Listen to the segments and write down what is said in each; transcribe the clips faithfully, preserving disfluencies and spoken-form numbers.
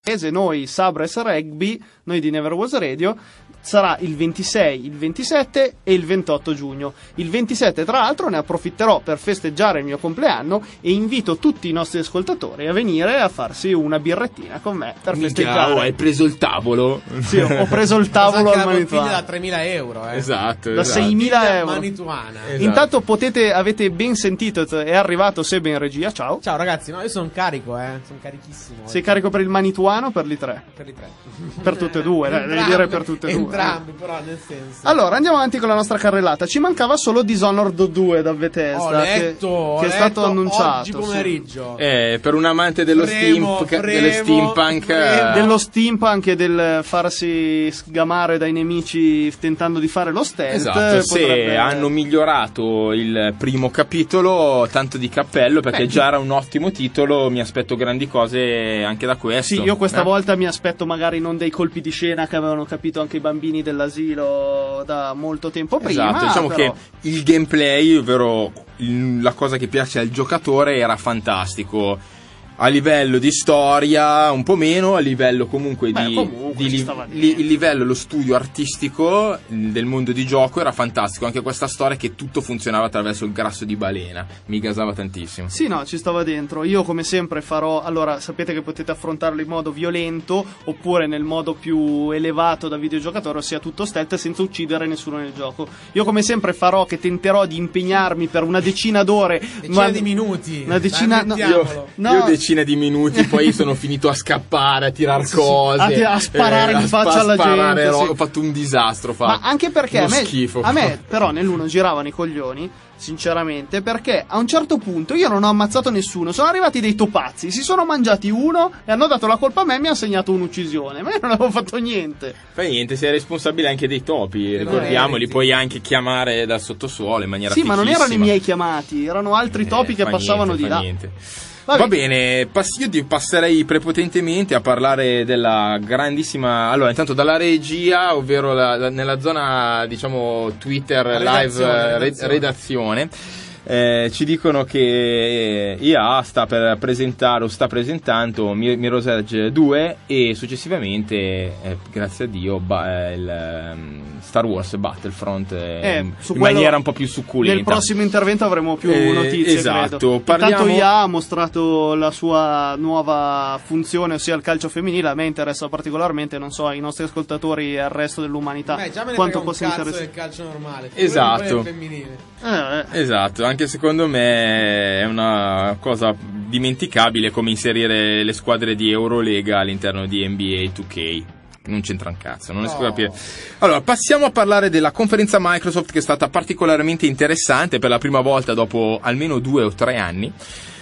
noi Sabres Rugby, noi di Never Was Radio, sarà il ventisei, il ventisette e il ventotto giugno. Il ventisette, tra l'altro, ne approfitterò per festeggiare il mio compleanno e invito tutti i nostri ascoltatori a venire a farsi una birrettina con me per Minchia, festeggiare. Oh, hai preso il tavolo? Sì, ho preso il tavolo al Manituana. da tremila euro, eh. Esatto, da esatto. seimila euro. Manituana. Esatto. Intanto potete, avete ben sentito, è arrivato Sebe in regia, ciao. Ciao ragazzi, no, io sono carico, eh. Sono carichissimo. Sei carico per il Manituano o per li tre? Per i tre. Per tutte e due, dai, devi dire per tutte e due. Entrambi, però nel senso. Allora, andiamo avanti con la nostra carrellata. Ci mancava solo Dishonored due da Bethesda, Ho letto, che, ho che è letto stato annunciato. oggi pomeriggio. Sì. Eh, per un amante dello, Premo, steam, premo, dello steampunk, premo. Dello steampunk e del farsi sgamare dai nemici tentando di fare lo stealth. esatto, se potrebbe... hanno migliorato il primo capitolo, tanto di cappello, perché Beh, già era un ottimo titolo, mi aspetto grandi cose anche da questo. Sì, io questa eh? volta mi aspetto magari non dei colpi di scena che avevano capito anche i bambini dell'asilo da molto tempo prima. Esatto, diciamo però... che il gameplay, ovvero il- la cosa che piace al giocatore, era fantastico. A livello di storia un po' meno, a livello comunque Beh, di, comunque di ci li- stava li- dentro. il livello, lo studio artistico del mondo di gioco era fantastico. Anche questa storia che tutto funzionava attraverso il grasso di balena mi gasava tantissimo. Sì, no, ci stava dentro. Io come sempre farò, allora sapete che potete affrontarlo in modo violento oppure nel modo più elevato da videogiocatore, ossia tutto stealth senza uccidere nessuno nel gioco. Io come sempre farò che tenterò di impegnarmi per una decina d'ore, Decina ma- di minuti. Una decina, Dai, no, mettiamolo. no, Io decina di minuti, poi sono finito a scappare, a tirar cose, a ti- a sparare in a faccia spa- alla sparare gente, ro- sì. Ho fatto un disastro, ma fatto. anche perché Uno a me, schifo. a me però nell'uno giravano i coglioni, sinceramente, perché a un certo punto io non ho ammazzato nessuno, sono arrivati dei topazzi, si sono mangiati uno e hanno dato la colpa a me e mi hanno segnato un'uccisione, ma io non avevo fatto niente. Fa niente, sei responsabile anche dei topi, ricordiamo, li puoi anche chiamare dal sottosuolo in maniera Sì, ma non erano i fichissima. miei chiamati, erano altri Eh, topi che fa passavano niente, di fa là. niente. Va Va bene. bene, pass- io ti passerei prepotentemente a parlare della grandissima. Allora, intanto dalla regia, ovvero la- la- nella zona, diciamo, Twitter Redazione, live eh, re- redazione. redazione. Eh, ci dicono che I A sta per presentare o sta presentando Mi- Mirror's Edge due e successivamente, eh, grazie a Dio, ba- eh, il ehm, Star Wars Battlefront eh, Eh, in su in quello maniera un po' più succulenta. Nel prossimo intervento avremo più Eh, notizie, esatto. credo. Parliamo- Intanto I A ha mostrato la sua nuova funzione, ossia il calcio femminile. A me interessa particolarmente, non so, ai nostri ascoltatori e al resto dell'umanità Beh, già me ne quanto frega un possa cazzo interessare. del calcio normale. Esatto. Figurati poi del femminile. Eh, eh. Esatto, anche secondo me è una cosa dimenticabile come inserire le squadre di Eurolega all'interno di N B A due K. Non c'entra un cazzo, non riesco a No. capire. Allora, passiamo a parlare della conferenza Microsoft, che è stata particolarmente interessante per la prima volta dopo almeno due o tre anni.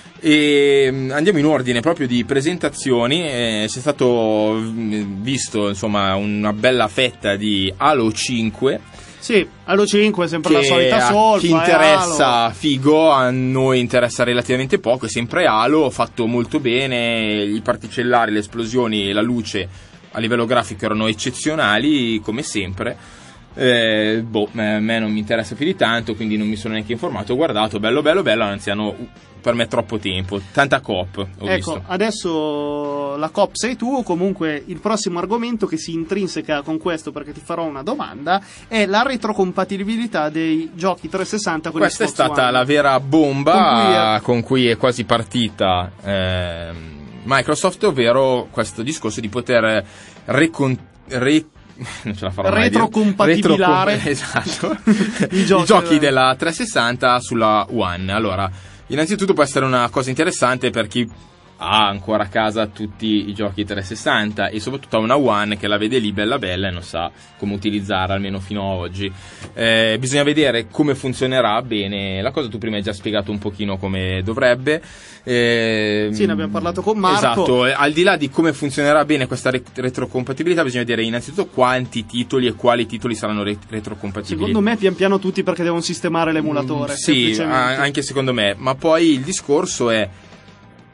E mm, andiamo in ordine proprio di presentazioni. Eh, c'è stato mm, visto, insomma, una bella fetta di Halo cinque. Sì, Halo cinque è sempre la Che solita a solfa. chi è interessa Halo. figo, a noi interessa relativamente poco, è sempre Halo, fatto molto bene, i particellari, le esplosioni e la luce a livello grafico erano eccezionali come sempre. Eh, boh, a me non mi interessa più di tanto, quindi non mi sono neanche informato, ho guardato, bello bello bello, anzi hanno uh, per me troppo tempo, tanta coop ho Ecco, visto. adesso la coop sei tu, o comunque il prossimo argomento che si intrinseca con questo, perché ti farò una domanda, è la retrocompatibilità dei giochi trecentosessanta con Questa è Xbox stata One. la vera bomba Con cui è- con cui è quasi partita ehm, Microsoft, ovvero questo discorso di poter recon- re- non ce la farò mai a dire. Retrocompatibilare. Retrocom- esatto. I I giochi giochi, della- della trecentosessanta sulla One. Allora, innanzitutto può essere una cosa interessante per chi ha ancora a casa tutti i giochi trecentosessanta e soprattutto ha una One che la vede lì bella bella e non sa come utilizzarla, almeno fino a oggi. Eh, bisogna vedere come funzionerà bene la cosa. Tu prima hai già spiegato un pochino come dovrebbe. Eh, Sì, ne abbiamo parlato con Marco. Esatto, eh, al di là di come funzionerà bene questa re- retrocompatibilità, bisogna vedere innanzitutto quanti titoli e quali titoli saranno re- retrocompatibili. Secondo me pian piano tutti, perché devono sistemare l'emulatore. Mm, sì, semplicemente. a- anche secondo me, ma poi il discorso è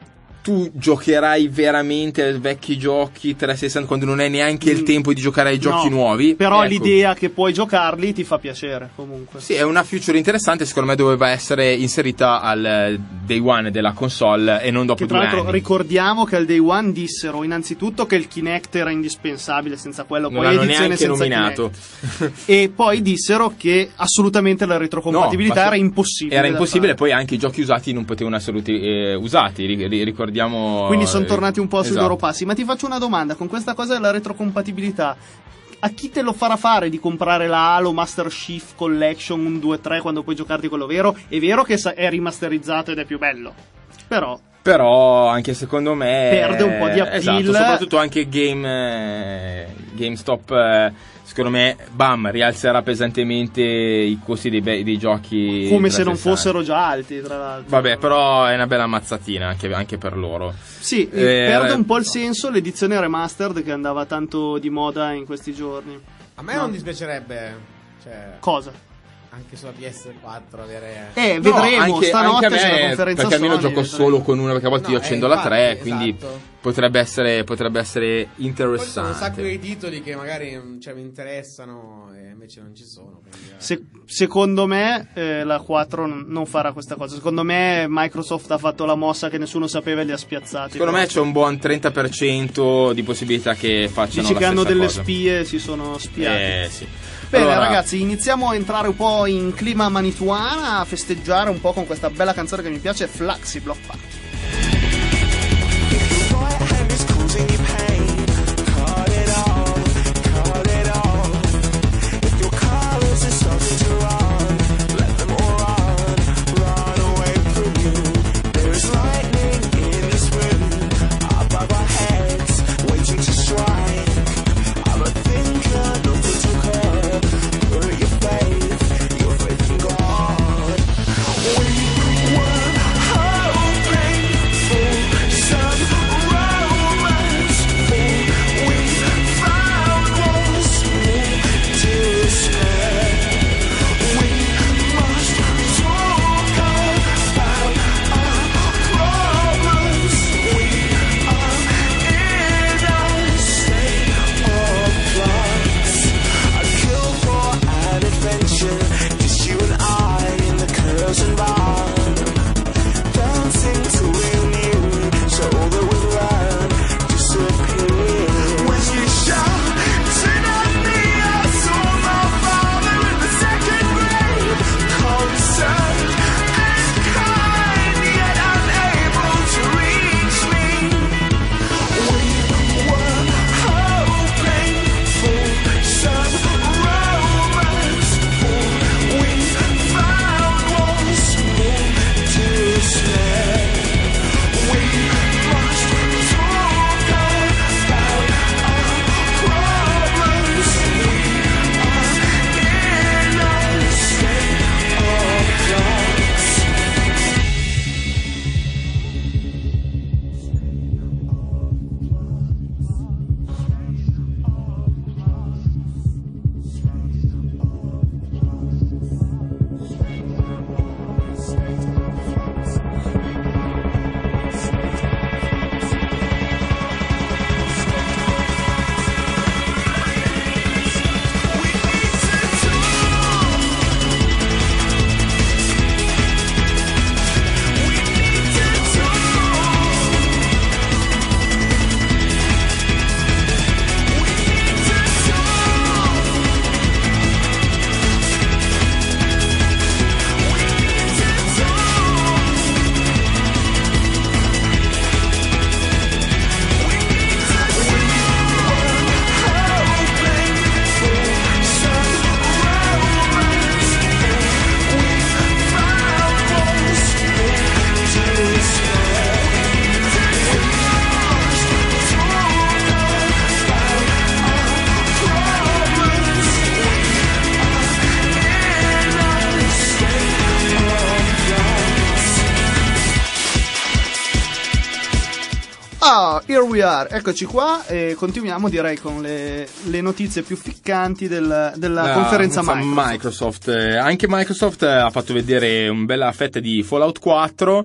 tu giocherai veramente ai vecchi giochi trecentosessanta quando non hai neanche il Mm. tempo di giocare ai giochi No, nuovi? Però Ecco. l'idea che puoi giocarli ti fa piacere comunque. Sì, è una feature interessante, secondo me doveva essere inserita al day one della console e non dopo Che tra due l'altro anni. ricordiamo che al day one dissero innanzitutto che il Kinect era indispensabile, senza quello Non poi l'hanno edizione neanche senza nominato. Kinect. E poi dissero che assolutamente la retrocompatibilità No, ma so- era impossibile. Era da impossibile, fare. poi anche i giochi usati non potevano essere uti- eh, usati, ri- ri- ricordiamo... Quindi sono eh, tornati un po' sui esatto. loro passi. Ma ti faccio una domanda, con questa cosa della retrocompatibilità, a chi te lo farà fare di comprare la Halo Master Chief Collection uno, due, tre quando puoi giocarti quello vero? È vero che sa- è rimasterizzato ed è più bello, però Però anche secondo me Perde un po' di appeal. Esatto, soprattutto anche game eh, GameStop eh, secondo me bam rialzerà pesantemente i costi dei, be- dei giochi come se non trecentosessanta. fossero già alti, tra l'altro. Vabbè, però è una bella mazzatina anche, anche per loro. Sì, Eh, perde eh, un po' il senso l'edizione remastered che andava tanto di moda in questi giorni. A me No. non dispiacerebbe, cioè, Cosa? anche sulla P S quattro avere... Eh, No, vedremo, anche, stanotte anche a c'è la me, conferenza perché almeno Sony, gioco vedremo. solo con una, perché a volte No, io eh, accendo la infatti, tre, quindi esatto. potrebbe essere, potrebbe essere Poi ci sono un sacco interessante. di titoli che magari mm, cioè, mi interessano e invece non ci sono. quindi, eh. Se- secondo me eh, la quattro non, non farà questa cosa. Secondo me Microsoft ha fatto la mossa che nessuno sapeva e li ha spiazzati. Secondo me c'è un buon trenta per cento di possibilità che facciano Dici la che hanno stessa delle cosa. spie, si sono spiati. Eh sì. Bene Allora, ragazzi, iniziamo a entrare un po' in clima manituana, a festeggiare un po' con questa bella canzone che mi piace, Flaxi Block Party. Right hand is causing you pain. Cut it off, cut it off. If your colors are starting to run, let them all run, run away from you. There is lightning in this room, above our heads, waiting to strike. I'm a thinker, not a talker. Put your faith, your faith in God. We were hoping. here we are, eccoci qua e continuiamo direi con le, le notizie più ficcanti del, della La conferenza Microsoft. Microsoft. Eh, anche Microsoft ha fatto vedere una bella fetta di Fallout quattro,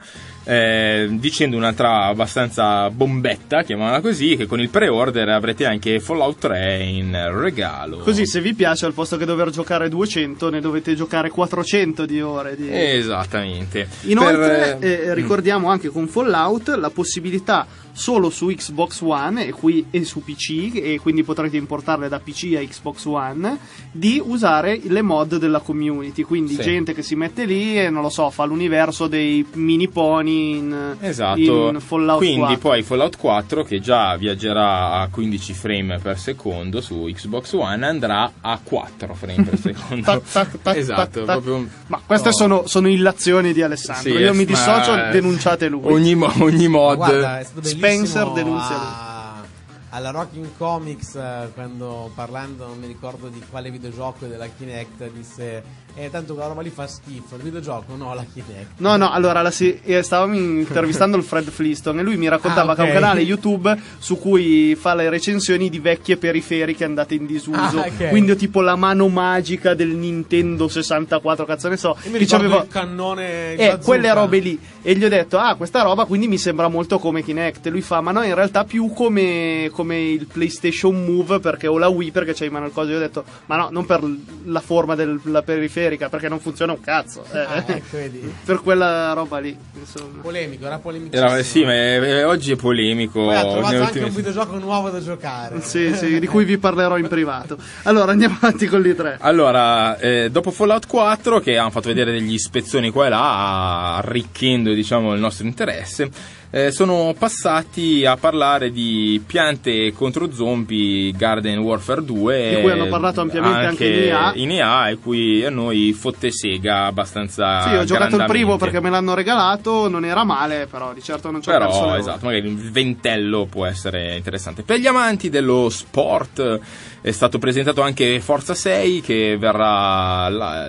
eh, dicendo un'altra abbastanza bombetta, chiamiamola così, che con il pre-order avrete anche Fallout tre in regalo. Così se vi piace, al posto che dover giocare duecento ne dovete giocare quattrocento di ore di... Esattamente. Inoltre Per, eh, ricordiamo anche con Fallout la possibilità solo su Xbox One e, qui, e su P C, e quindi potrete importarle da P C a Xbox One, di usare le mod della community, quindi sì. gente che si mette lì e non lo so, fa l'universo dei mini pony in, esatto. in Fallout quindi quattro. poi Fallout quattro, che già viaggerà a quindici frame per secondo su Xbox One, andrà a quattro frame per secondo. Tac, tac, tac, esatto, tac, tac. proprio un... Ma queste oh. sono, sono illazioni di Alessandro. Sì, Io mi ma- dissocio, denunciate lui. Ogni, mo- ogni mod. Guarda, è stato bellissimo Spencer denunzia a- alla Rocking Comics, eh, quando parlando, non mi ricordo di quale videogioco della Kinect, disse eh tanto quella roba lì fa schifo, il videogioco no, la Kinect. No, no, allora la si- eh, stavamo intervistando il Fred Flintstone e lui mi raccontava Ah, che ha un ok. canale YouTube su cui fa le recensioni di vecchie periferiche andate in disuso. Ah, ok. Quindi ho tipo la mano magica del Nintendo sessantaquattro, cazzo ne so. Io mi che ricordo c'aveva- il cannone Eh, bazooka. quelle robe lì. E gli ho detto, ah, questa roba quindi mi sembra molto come Kinect. Lui fa, ma no, in realtà più come, come il PlayStation Move, perché o la Wii, perché c'hai in mano il coso. Io ho detto, ma no, non per la forma della periferica, perché non funziona un cazzo. Eh, Ah, ecco, vedi. per quella roba lì, insomma. Polemico, era polemico. Era- sì, ma è- è- oggi è polemico. Poi ha trovato nelle anche ultime- un videogioco nuovo da giocare. Sì, sì, di cui vi parlerò in privato. Allora, andiamo avanti con l'I tre. Allora, eh, dopo Fallout quattro, che hanno fatto vedere degli ispezioni qua e là, arricchendo, diciamo, il nostro interesse, eh, sono passati a parlare di Piante contro Zombie Garden Warfare due, Di cui hanno parlato ampiamente anche in E A. in E A, e cui a noi fotte sega abbastanza. Sì, ho giocato il primo grandamente. perché me l'hanno regalato, non era male, però di certo non ci ho perso le Però ore. esatto, magari il ventello può essere interessante. Per gli amanti dello sport è stato presentato anche Forza sei, che verrà la-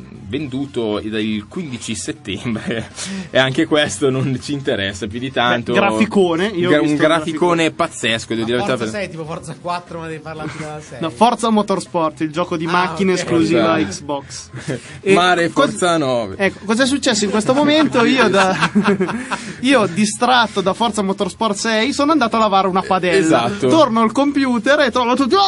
venduto il quindici settembre e anche questo non ci interessa più di tanto. Beh, graficone, io ho Gra- visto un il graficone pazzesco, devo Ma dire la Forza verità. sei tipo Forza quattro, ma devi parlarti dalla sei. No, Forza Motorsport, il gioco di Ah, macchine ok. esclusiva Esatto. Xbox. E Mare cos- Forza nove. Ecco, cos'è successo in questo momento? Io, da, io distratto da Forza Motorsport sei, sono andato a lavare una padella. Esatto. Torno al computer e trovo tutto.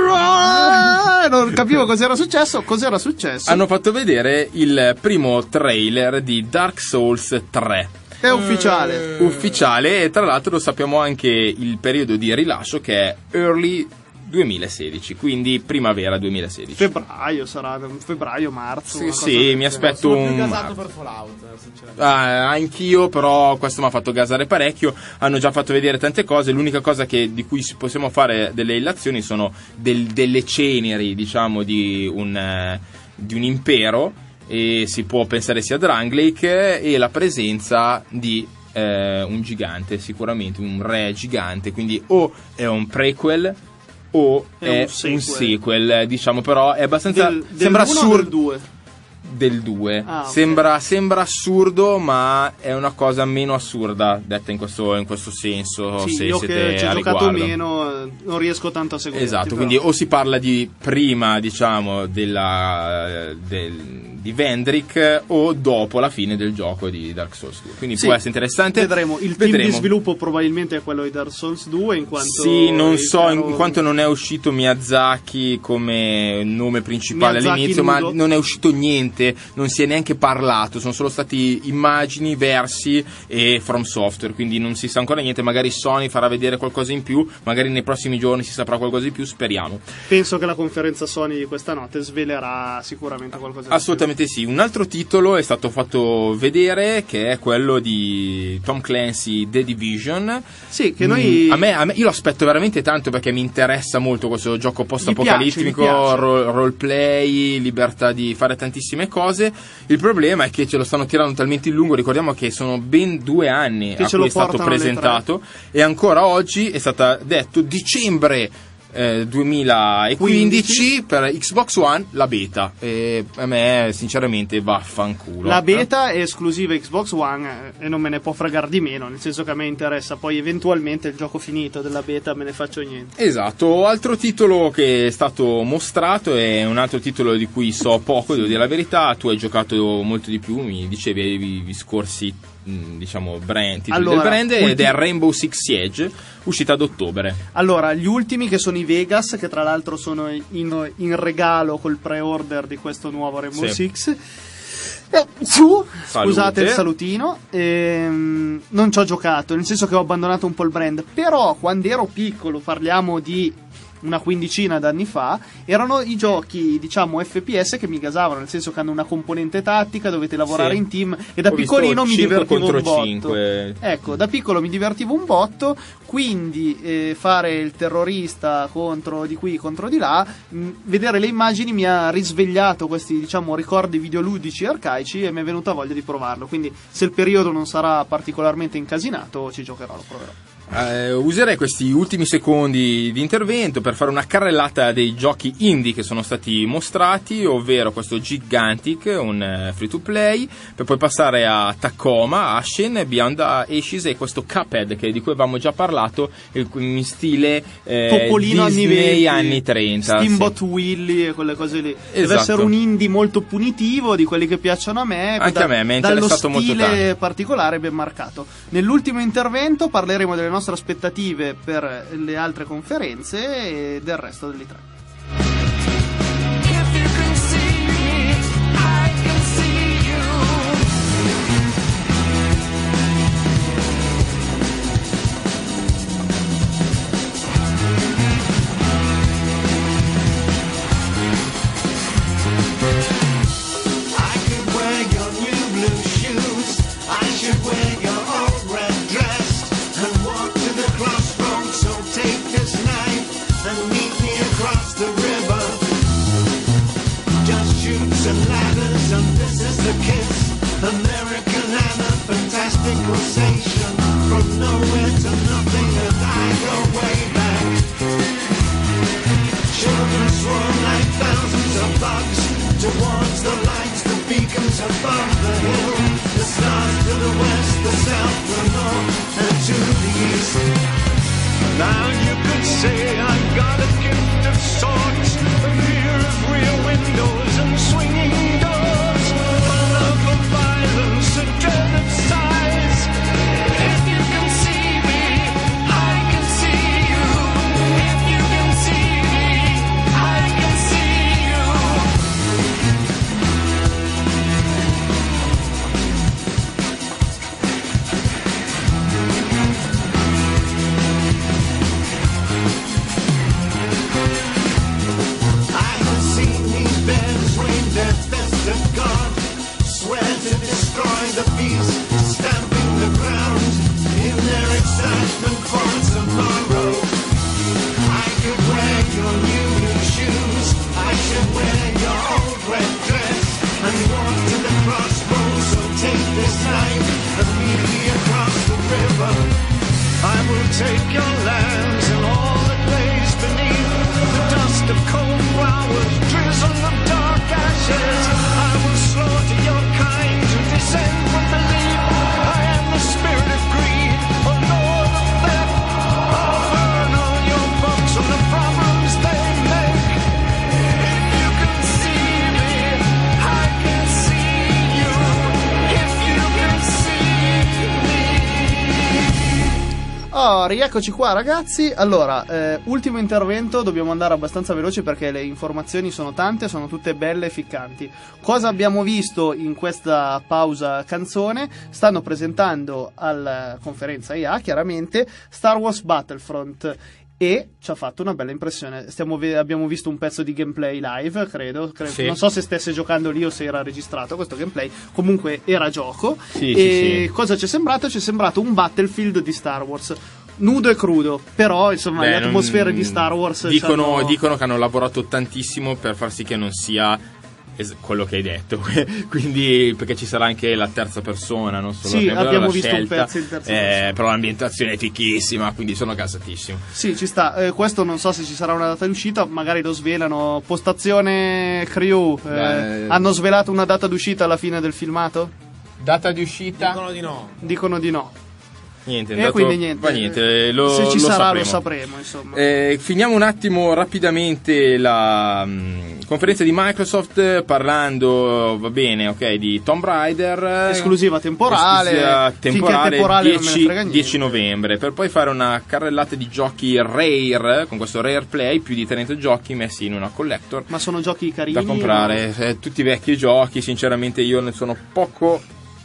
Non capivo cos'era successo. Cos'era successo? Hanno fatto vedere il primo trailer di Dark Souls tre. È ufficiale. Ufficiale, e tra l'altro lo sappiamo anche il periodo di rilascio, che è early duemilasedici, quindi primavera duemilasedici. Febbraio sarà, febbraio, marzo. Sì, una cosa sì, del mi genere. aspetto Sono più un gasato per Fallout, sinceramente. Ah, anch'io, però questo mi ha fatto gasare parecchio. Hanno già fatto vedere tante cose. L'unica cosa che, di cui si- possiamo fare delle illazioni sono del- delle ceneri, diciamo, di un, eh, di un impero, e si può pensare sia Drangleic, e la presenza di eh, un gigante, sicuramente un re gigante, quindi o è un prequel o È è, un sequel. un sequel, diciamo, però è abbastanza Del, del sembra uno o assurdo del due? del due. Ah, ok. Sembra, sembra assurdo, ma è una cosa meno assurda, detta in questo, in questo senso. Sì, se io siete che ci ho a giocato riguardo. meno eh, non riesco tanto a seguire. Esatto, quindi o si parla di prima, diciamo, della, del, di Vendrick, o dopo la fine del gioco di Dark Souls due. Quindi Sì, può essere interessante. Vedremo. Il team Vedremo. di sviluppo probabilmente è quello di Dark Souls due, in quanto Sì, non il so in caro- quanto non è uscito Miyazaki come nome principale Miyazaki all'inizio, nudo. ma non è uscito niente, non si è neanche parlato, sono solo stati immagini, versi e From Software, quindi non si sa ancora niente. Magari Sony farà vedere qualcosa in più, magari nei prossimi giorni si saprà qualcosa in più, speriamo. Penso che la conferenza Sony di questa notte svelerà sicuramente qualcosa di Assolutamente sì. Un altro titolo è stato fatto vedere, che è quello di Tom Clancy, The Division. più. Sì, che noi Mm, a me, a me- io lo aspetto veramente tanto, perché mi interessa molto questo gioco post-apocalittico, Gli piace, gli piace. ro- roleplay, libertà di fare tantissime cose. Il problema è che ce lo stanno tirando talmente in lungo. Ricordiamo che sono ben due anni Che a ce cui lo è stato portano alle presentato, e ancora oggi è stato detto dicembre eh, duemilaquindici per Xbox One la beta, e a me sinceramente vaffanculo. La beta è esclusiva Xbox One eh, e non me ne può fregare di meno, nel senso che a me interessa poi eventualmente il gioco finito della beta, me ne faccio niente. Esatto. Altro titolo che è stato mostrato è un altro titolo di cui so poco, devo dire la verità. Tu hai giocato molto di più, mi dicevi i scorsi diciamo brand, titoli allora, del brand, ultimi... ed è Rainbow Six Siege, uscita ad ottobre. Allora, gli ultimi che sono i Vegas, che tra l'altro sono in, in regalo col pre-order di questo nuovo Rainbow sì. Six. Eh, su, Salute. Scusate il salutino, ehm, non ci ho giocato, nel senso che ho abbandonato un po' il brand, però quando ero piccolo, parliamo di una quindicina d'anni fa, erano i giochi, diciamo, F P S che mi gasavano, nel senso che hanno una componente tattica, dovete lavorare sì. in team, e da Ho piccolino mi divertivo un botto. cinque. Ecco, da piccolo mi divertivo un botto, quindi eh, fare il terrorista contro di qui, contro di là, mh, vedere le immagini mi ha risvegliato questi, diciamo, ricordi videoludici arcaici e mi è venuta voglia di provarlo, quindi se il periodo non sarà particolarmente incasinato ci giocherò, lo proverò. Uh, userei questi ultimi secondi di intervento per fare una carrellata dei giochi indie che sono stati mostrati, ovvero questo Gigantic, un uh, free to play, per poi passare a Tacoma, Ashen, Beyond Ashes e questo Cuphead, che di cui avevamo già parlato, in stile eh, Topolino Disney anni venti, anni trenta, Steamboat sì. Willy e quelle cose lì. Esatto. Deve essere un indie molto punitivo, di quelli che piacciono a me, anche da, a me mi è dallo interessato molto stile tanto. particolare ben marcato. Nell'ultimo intervento parleremo delle nostre aspettative per le altre conferenze e del resto dell'I tre. Rieccoci qua ragazzi, allora eh, ultimo intervento, dobbiamo andare abbastanza veloci perché le informazioni sono tante, sono tutte belle e ficcanti. Cosa abbiamo visto in questa pausa canzone? Stanno presentando alla conferenza I A chiaramente Star Wars Battlefront e ci ha fatto una bella impressione. Stiamo ve- abbiamo visto un pezzo di gameplay live, credo, credo. Sì. Non so se stesse giocando lì o se era registrato questo gameplay, comunque era gioco. Sì, e sì, sì. cosa ci è sembrato? Ci è sembrato un Battlefield di Star Wars, nudo e crudo, però insomma Beh, le atmosfere non... di Star Wars dicono, c'hanno... dicono che hanno lavorato tantissimo per far sì che non sia es- quello che hai detto. Quindi, perché ci sarà anche la terza persona, non solo Sì, la prima, abbiamo la visto scelta, un pezzo in terza eh, persona. però l'ambientazione è fichissima, quindi sono gasatissimo. Sì, ci sta. Eh, questo non so se ci sarà una data di uscita, magari lo svelano. Postazione Crew, eh, Beh, hanno svelato una data d'uscita alla fine del filmato? Data di uscita? Dicono di no. Dicono di no. Niente, è E andato- quindi niente. va niente, lo, se ci lo sarà sapremo. lo sapremo, insomma. Eh, finiamo un attimo rapidamente la mh, conferenza di Microsoft parlando, va bene, ok, di Tomb Raider. Esclusiva temporale, Esclusiva finché è temporale, temporale non me ne dieci, frega niente. dieci novembre, per poi fare una carrellata di giochi Rare, con questo Rare Play, più di trenta giochi messi in una collector Ma sono giochi carini da comprare, eh, tutti vecchi giochi. Sinceramente io ne sono poco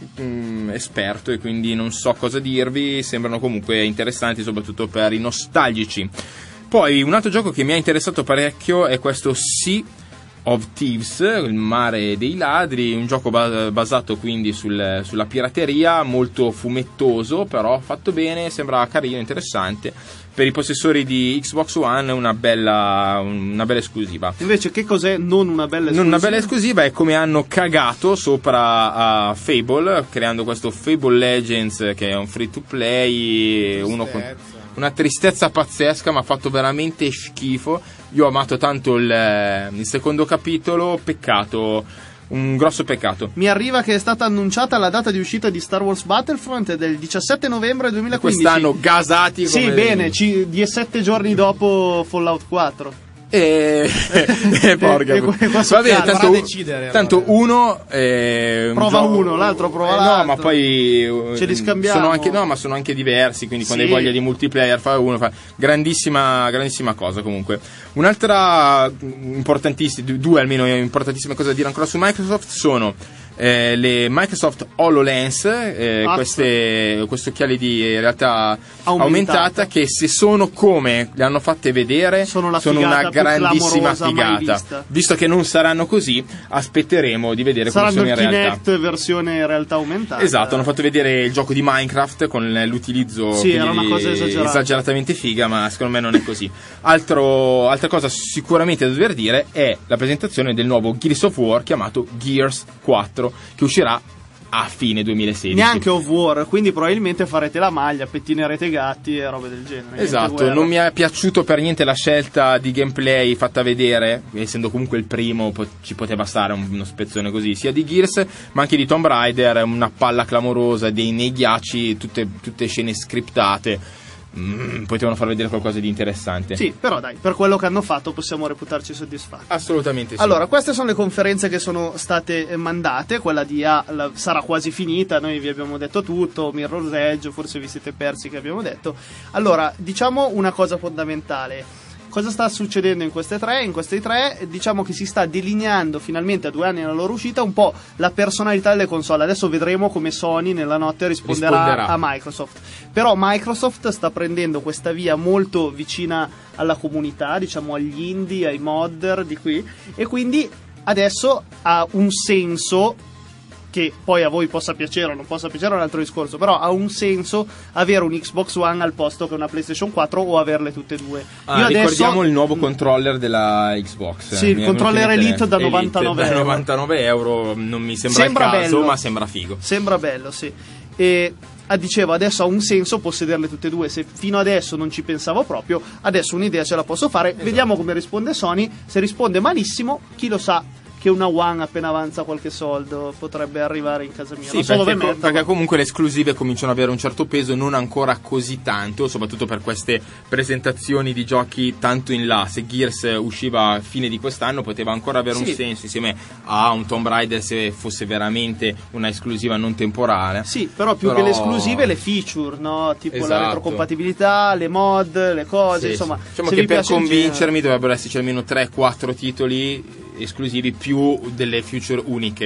mm, esperto e quindi non so cosa dirvi, sembrano comunque interessanti soprattutto per i nostalgici. Poi un altro gioco che mi ha interessato parecchio è questo Sea of Thieves, il mare dei ladri, un gioco ba- basato quindi sul, sulla pirateria, molto fumettoso, però fatto bene, sembra carino, interessante. Per i possessori di Xbox One una bella, una bella esclusiva. Invece che cos'è non una bella esclusiva? Non una bella esclusiva è come hanno cagato sopra a Fable, creando questo Fable Legends che è un free to play, uno con una tristezza pazzesca, ma ha fatto veramente schifo. Io ho amato tanto il, il secondo capitolo, peccato, un grosso peccato. Mi arriva che è stata annunciata la data di uscita di Star Wars Battlefront del diciassette novembre duemilaquindici. Quest'anno gasati come... Sì, bene, ci, sette giorni dopo Fallout quattro. E eh, porca E- e- e qua va bene, succade. tanto, Farà decidere, tanto allora. uno eh, un Prova gioco- uno, l'altro prova eh, no, l'altro. ma poi eh, Ce li scambiamo. sono anche, no, ma sono anche diversi, quindi quando Sì. hai voglia di multiplayer fa uno, fa grandissima grandissima cosa. Comunque un'altra mm, importantissima, due almeno importantissime cose da dire ancora su Microsoft sono eh, le Microsoft HoloLens, eh, Azza. queste, questi occhiali di realtà Aumentata. aumentata, che se sono come le hanno fatte vedere Sono la una figata più grandissima clamorosa mai figata. vista. Visto che non saranno così, aspetteremo di vedere come Saranno sono il in realtà. Kinect versione realtà aumentata. Esatto, hanno fatto vedere il gioco di Minecraft con l'utilizzo Sì, quindi era una cosa esagerata. esageratamente figa, ma secondo me non è così. Altro, altra cosa sicuramente da dover dire è la presentazione del nuovo Gears of War chiamato Gears quattro, che uscirà a fine duemilasedici. Neanche of War, quindi probabilmente farete la maglia, pettinerete gatti e robe del genere. Niente Esatto, guerra. non mi è piaciuto per niente la scelta di gameplay fatta vedere, essendo comunque il primo po- ci poteva stare un- uno spezzone così, sia di Gears ma anche di Tomb Raider, una palla clamorosa, dei nei ghiacci, tutte, tutte scene scriptate. Mm, potevano far vedere qualcosa di interessante. Sì, però dai, per quello che hanno fatto possiamo reputarci soddisfatti. Assolutamente sì. Allora, queste sono le conferenze che sono state eh, mandate. Quella di A la- sarà quasi finita, noi vi abbiamo detto tutto, Mirror's Edge, forse vi siete persi che abbiamo detto. Allora, diciamo una cosa fondamentale. Cosa sta succedendo in queste tre? In queste tre diciamo che si sta delineando finalmente a due anni dalla loro uscita un po' la personalità delle console. Adesso vedremo come Sony nella notte risponderà, Risponderà. a Microsoft. Però Microsoft sta prendendo questa via molto vicina alla comunità, diciamo agli indie, ai modder di qui, e quindi adesso ha un senso, che poi a voi possa piacere o non possa piacere è un altro discorso, però ha un senso avere un Xbox One al posto che una PlayStation quattro o averle tutte e due. Ah, Io adesso- ricordiamo il nuovo controller della Xbox. Sì, il Mi è controller venuto in Elite mente. da novantanove da euro. novantanove euro non mi sembra, Sembra il caso, bello. ma sembra figo. Sembra bello, sì. E ah, dicevo, adesso ha un senso possederle tutte e due. Se fino adesso non ci pensavo proprio, adesso un'idea ce la posso fare. Esatto. Vediamo come risponde Sony. Se risponde malissimo, chi lo sa che una One appena avanza qualche soldo potrebbe arrivare in casa mia. Sì, non so dove perché, metterla. perché comunque le esclusive cominciano ad avere un certo peso, non ancora così tanto, soprattutto per queste presentazioni di giochi tanto in là. Se Gears usciva a fine di quest'anno poteva ancora avere un Sì. senso insieme a un Tomb Raider se fosse veramente una esclusiva non temporale. Sì, però più Però- che le esclusive, le feature, no? Tipo la Esatto. retrocompatibilità, le mod, le cose, Sì, insomma. sì. Diciamo se che vi per piace il convincermi dovrebbero esserci almeno tre quattro titoli esclusivi più delle feature uniche.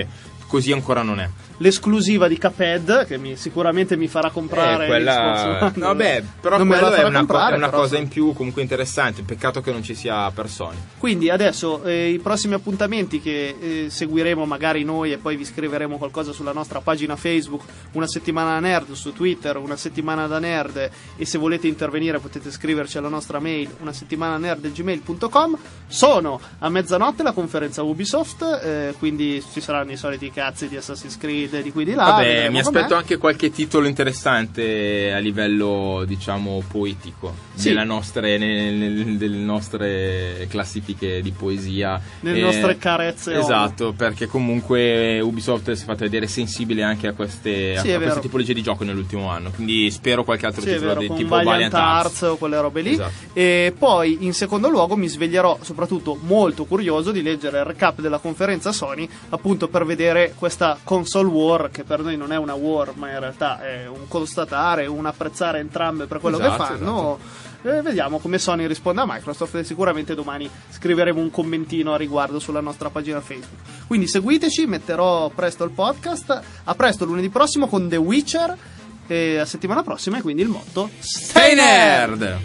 così ancora non è. L'esclusiva di Cuphead, che mi, sicuramente mi farà comprare Eh, quella... Xbox One. Vabbè, però non me quello la è farà una, co- comprare, è una però, cosa in più comunque interessante. Peccato che non ci sia per Sony. Quindi adesso eh, i prossimi appuntamenti che eh, seguiremo magari noi, e poi vi scriveremo qualcosa sulla nostra pagina Facebook, una settimana da nerd, su Twitter una settimana da nerd, e se volete intervenire potete scriverci alla nostra mail una settimana nerd gmail punto com. Sono a mezzanotte la conferenza Ubisoft, eh, quindi ci saranno i soliti cazzi di Assassin's Creed di qui di là. Vabbè, mi aspetto com'è. anche qualche titolo interessante a livello, diciamo, poetico, Sì. nella nostre, nel- nel- nelle nostre classifiche di poesia, Nelle Eh, nostre carezze. esatto, perché comunque Ubisoft si è fatta vedere sensibile anche a queste, Sì, è a vero. queste tipologie di gioco nell'ultimo anno, quindi spero qualche altro Sì, è titolo vero, di con tipo Valiant Valiant Arts. Arts o quelle robe lì. Esatto. E poi in secondo luogo mi sveglierò soprattutto molto curioso di leggere il recap della conferenza Sony, appunto per vedere questa console war, che per noi non è una war ma in realtà è un constatare, un apprezzare entrambe per quello Esatto, che fanno. E vediamo come Sony risponde a Microsoft, e sicuramente domani scriveremo un commentino a riguardo sulla nostra pagina Facebook. Quindi seguiteci, metterò presto il podcast. A presto lunedì prossimo con The Witcher, e a settimana prossima, e quindi il motto Stay nerd!